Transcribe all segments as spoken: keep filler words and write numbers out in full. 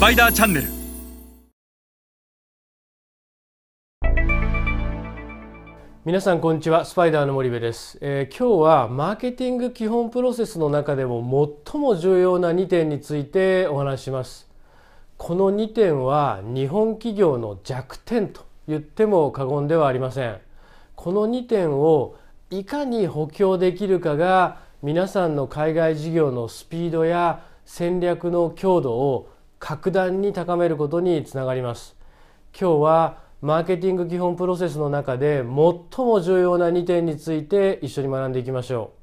パイダーチャンネル。 皆さんこんにちは、スパイダーの森部です、えー、今日はマーケティング基本プロセスの中でも最も重要なにてんについてお話しします。このにてんは日本企業の弱点と言っても過言ではありません。このにてんをいかに補強できるかが皆さんの海外事業のスピードや戦略の強度を格段に高めることにつながります。今日はマーケティング基本プロセスの中で最も重要なにてんについて一緒に学んでいきましょ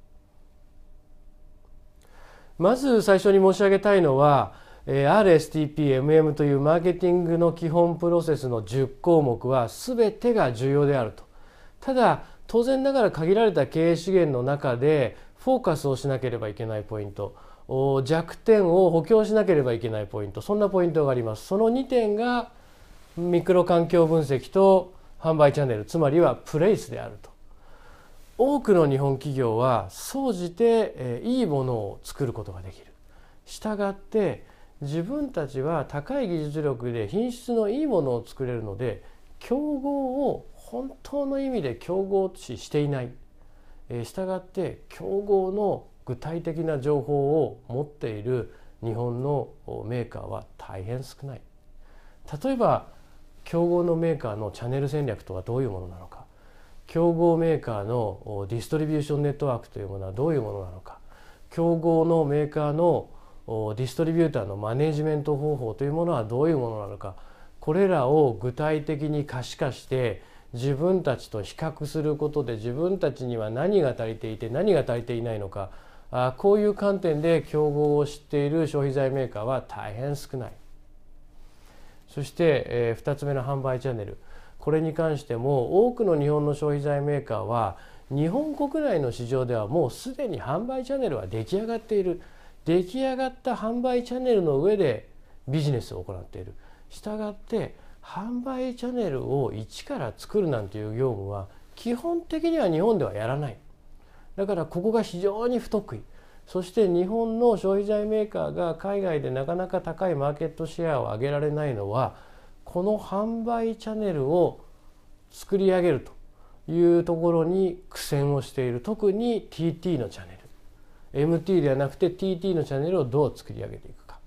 う。まず最初に申し上げたいのは アールエスティーピーエムエム というマーケティングの基本プロセスのじゅっこうもくは全てが重要であると。ただ当然ながら限られた経営資源の中でフォーカスをしなければいけないポイント、弱点を補強しなければいけないポイント、そんなポイントがあります。そのにてんがミクロ環境分析と販売チャンネル、つまりはプレイスであると。多くの日本企業は総じて、えー、いいものを作ることができる。したがって自分たちは高い技術力で品質のいいものを作れるので、競合を本当の意味で競合視していない。えー、したがって競合の具体的な情報を持っている日本のメーカーは大変少ない。例えば競合のメーカーのチャンネル戦略とはどういうものなのか、競合メーカーのディストリビューションネットワークというものはどういうものなのか、競合のメーカーのディストリビューターのマネジメント方法というものはどういうものなのか、これらを具体的に可視化して自分たちと比較することで自分たちには何が足りていて何が足りていないのか、あこういう観点で競合を知っている消費財メーカーは大変少ない。そして、えー、ふたつめの販売チャンネル、これに関しても多くの日本の消費財メーカーは日本国内の市場ではもうすでに販売チャンネルは出来上がっている。出来上がった販売チャンネルの上でビジネスを行っている。したがって販売チャンネルを一から作るなんていう業務は基本的には日本ではやらない。だからここが非常に不得意。そして日本の消費財メーカーが海外でなかなか高いマーケットシェアを上げられないのは、この販売チャンネルを作り上げるというところに苦戦をしている。特に ティーティー のチャンネル、 エムティー ではなくて ティーティー のチャンネルをどう作り上げていくか、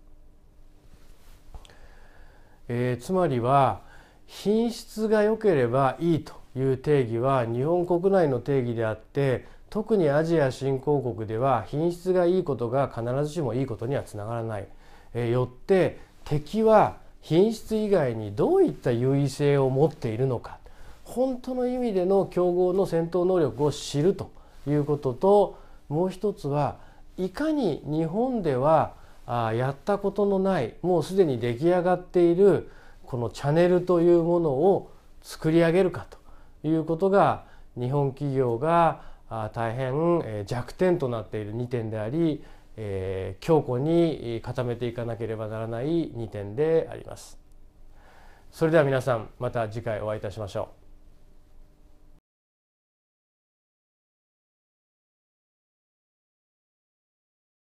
えー、つまりは品質が良ければいいという定義は日本国内の定義であって、特にアジア新興国では品質がいいことが必ずしもいいことにはつながらない。えー、よって敵は品質以外にどういった優位性を持っているのか、本当の意味での競合の戦闘能力を知るということと、もう一つはいかに日本ではあやったことのない、もうすでに出来上がっているこのチャンネルというものを作り上げるかということが、日本企業が大変弱点となっているにてんであり、強固に固めていかなければならないにてんであります。それでは皆さん、また次回お会いいたしましょう。